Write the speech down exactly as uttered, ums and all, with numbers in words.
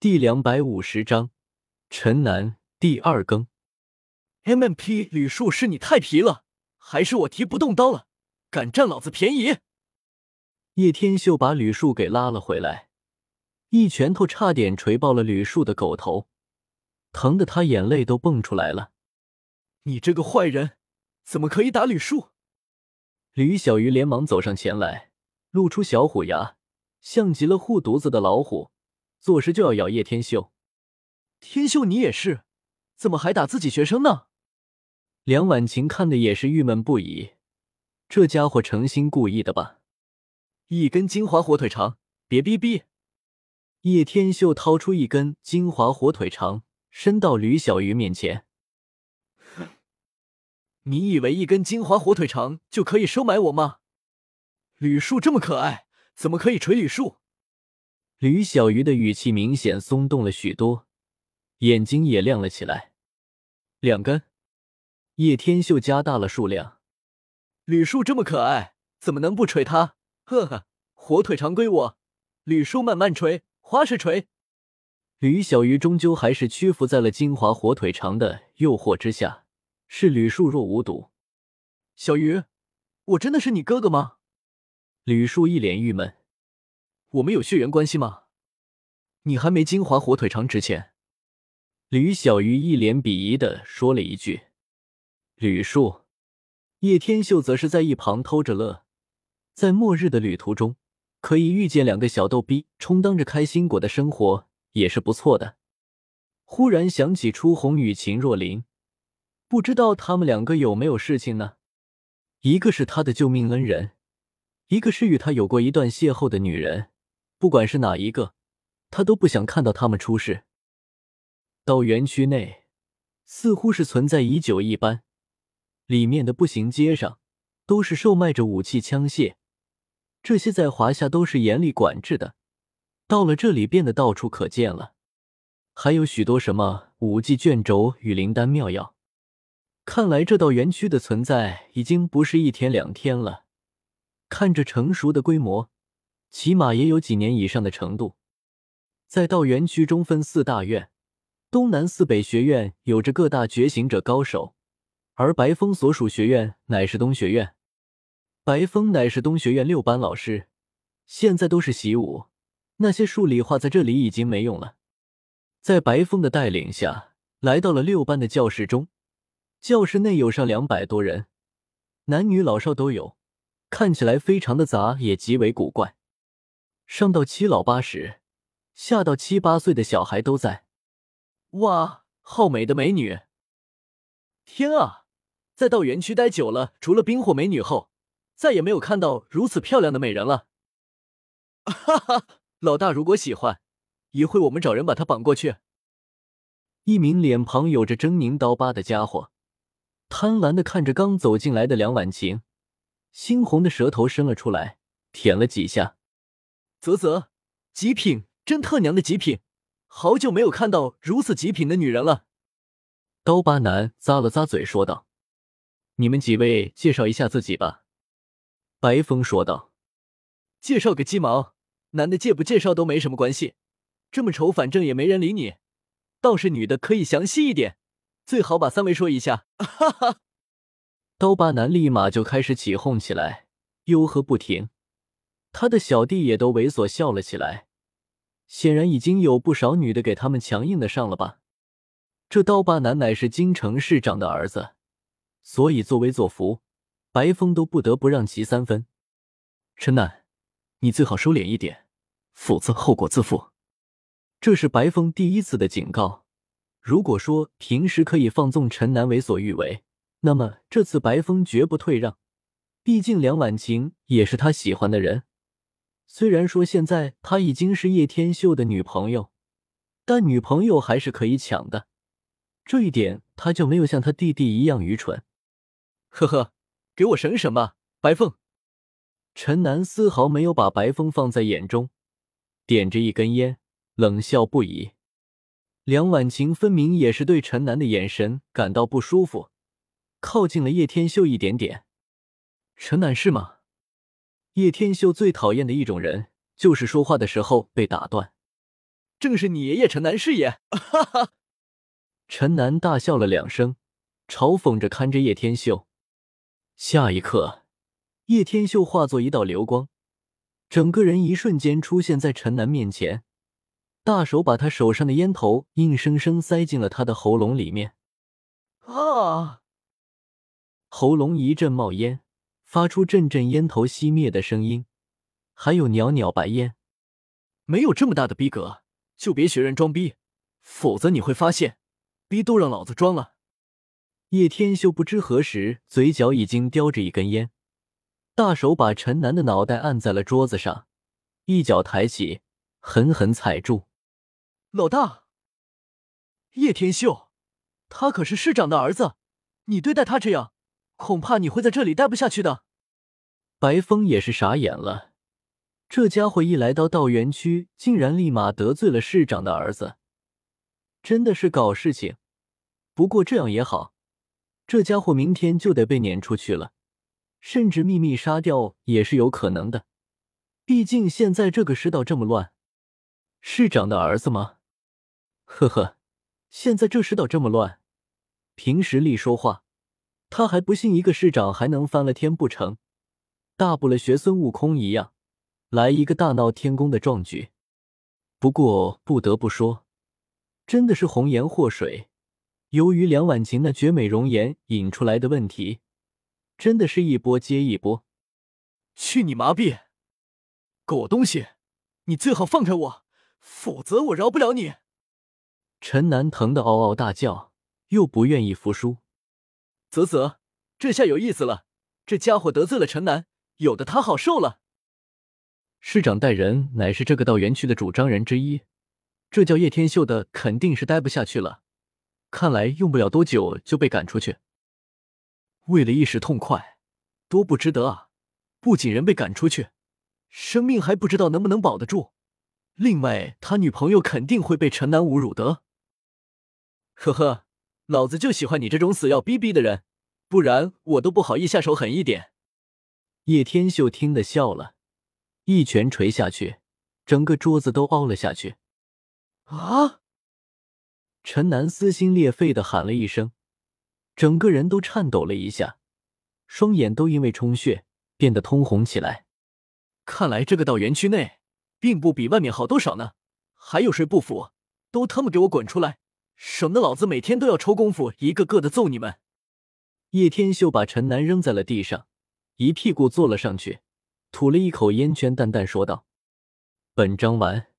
第两百五十章陈南第二更。 M M P 吕树是你太皮了，还是我提不动刀了？敢占老子便宜！ 叶天秀把吕树给拉了回来，一拳头差点锤爆了吕树的狗头，疼得他眼泪都蹦出来了。 你这个坏人，怎么可以打吕树？ 吕小鱼连忙走上前来，露出小虎牙，像极了护犊子的老虎，作势就要咬叶天秀。 天秀你也是，怎么还打自己学生呢？ 梁婉晴看的也是郁闷不已，这家伙诚心故意的吧？ 一根金华火腿肠，别逼逼！ 叶天秀掏出一根金华火腿肠，伸到吕小鱼面前。 你以为一根金华火腿肠就可以收买我吗？吕树这么可爱，怎么可以锤吕树？ 吕小鱼的语气明显松动了许多，眼睛也亮了起来。两根。叶天秀加大了数量。 吕树这么可爱，怎么能不锤他？呵呵，火腿肠归我，吕树慢慢锤，花式锤。 吕小鱼终究还是屈服在了金华火腿肠的诱惑之下，视吕树若无睹。 小鱼，我真的是你哥哥吗？ 吕树一脸郁闷。 我们有血缘关系吗？你还没金华火腿肠值钱。 吕小鱼一脸鄙夷地说了一句。吕树，叶天秀则是在一旁偷着乐，在末日的旅途中，可以遇见两个小逗逼充当着开心果的生活也是不错的。忽然想起初红与秦若琳，不知道他们两个有没有事情呢？一个是他的救命恩人，一个是与他有过一段邂逅的女人，不管是哪一个，他都不想看到他们出事。到园区内，似乎是存在已久一般，里面的步行街上都是售卖着武器枪械，这些在华夏都是严厉管制的，到了这里变得到处可见了。还有许多什么武技卷轴与灵丹妙药，看来这道园区的存在已经不是一天两天了，看着成熟的规模，起码也有几年以上的程度。在道园区中分四大院，东南四北学院有着各大觉醒者高手，而白风所属学院乃是东学院。白风乃是东学院六班老师，现在都是习武，那些数理化在这里已经没用了。在白风的带领下，来到了六班的教室中，教室内有上两百多人，男女老少都有，看起来非常的杂，也极为古怪。上到七老八十，下到七八岁的小孩都在。 哇，好美的美女！天啊，在道园区待久了，除了冰火美女后，再也没有看到如此漂亮的美人了。哈哈，老大如果喜欢，一会我们找人把她绑过去。 一名脸庞有着狰狞刀疤的家伙，贪婪地看着刚走进来的梁婉晴，猩红的舌头伸了出来，舔了几下。 啧啧，极品，真特娘的极品！好久没有看到如此极品的女人了。 刀疤男咂了咂嘴说道：你们几位介绍一下自己吧。白风说道： 介绍个鸡毛，男的介不介绍都没什么关系，这么丑反正也没人理你，倒是女的可以详细一点，最好把三围说一下。哈哈。 刀疤男立马就开始起哄起来，吆喝不停，他的小弟也都猥琐笑了起来，显然已经有不少女的给他们强硬的上了吧。这刀疤男乃是京城市长的儿子，所以作威作福，白风都不得不让其三分。陈南，你最好收敛一点，否则后果自负。这是白风第一次的警告，如果说平时可以放纵陈南为所欲为，那么这次白风绝不退让，毕竟梁婉晴也是他喜欢的人。虽然说现在他已经是叶天秀的女朋友，但女朋友还是可以抢的，这一点他就没有像他弟弟一样愚蠢。 呵呵，给我省省吧，白凤。 陈南丝毫没有把白风放在眼中，点着一根烟，冷笑不已。梁婉晴分明也是对陈南的眼神感到不舒服，靠近了叶天秀一点点。陈南是吗？叶天秀最讨厌的一种人，就是说话的时候被打断。 正是你爷爷陈南是也！哈哈！ 陈南大笑了两声，嘲讽着看着叶天秀。下一刻，叶天秀化作一道流光，整个人一瞬间出现在陈南面前，大手把他手上的烟头硬生生塞进了他的喉咙里面。 啊！ 喉咙一阵冒烟，发出阵阵烟头熄灭的声音，还有袅袅白烟。 没有这么大的逼格，就别学人装逼，否则你会发现，逼都让老子装了。 叶天秀不知何时嘴角已经叼着一根烟，大手把陈南的脑袋按在了桌子上，一脚抬起，狠狠踩住。 老大，叶天秀，他可是市长的儿子，你对待他这样，恐怕你会在这里待不下去的。 白风也是傻眼了，这家伙一来到道园区，竟然立马得罪了市长的儿子，真的是搞事情。不过这样也好，这家伙明天就得被撵出去了，甚至秘密杀掉也是有可能的。毕竟现在这个世道这么乱。市长的儿子吗？呵呵，现在这世道这么乱，凭实力说话，他还不信一个市长还能翻了天不成？大不了学孙悟空一样，来一个大闹天宫的壮举。不过不得不说，真的是红颜祸水。由于梁婉晴那绝美容颜引出来的问题，真的是一波接一波。 去你麻痹！狗东西，你最好放开我，否则我饶不了你！ 陈南疼得嗷嗷大叫，又不愿意服输。 啧啧，这下有意思了，这家伙得罪了陈南，有的他好受了。 市长带人乃是这个道园区的主张人之一，这叫叶天秀的肯定是待不下去了，看来用不了多久就被赶出去。 为了一时痛快，多不值得啊！不仅人被赶出去，生命还不知道能不能保得住。另外，他女朋友肯定会被陈南侮辱的。呵呵，老子就喜欢你这种死要逼逼的人，不然我都不好意下手狠一点。 叶天秀听得笑了，一拳捶下去，整个桌子都凹了下去。 啊！ 陈南撕心裂肺地喊了一声，整个人都颤抖了一下，双眼都因为充血变得通红起来。 看来这个道园区内并不比外面好多少呢，还有谁不服，都他妈给我滚出来，省得老子每天都要抽功夫一个个的揍你们。 叶天秀把陈南扔在了地上，一屁股坐了上去，吐了一口烟圈，淡淡说道：本章完。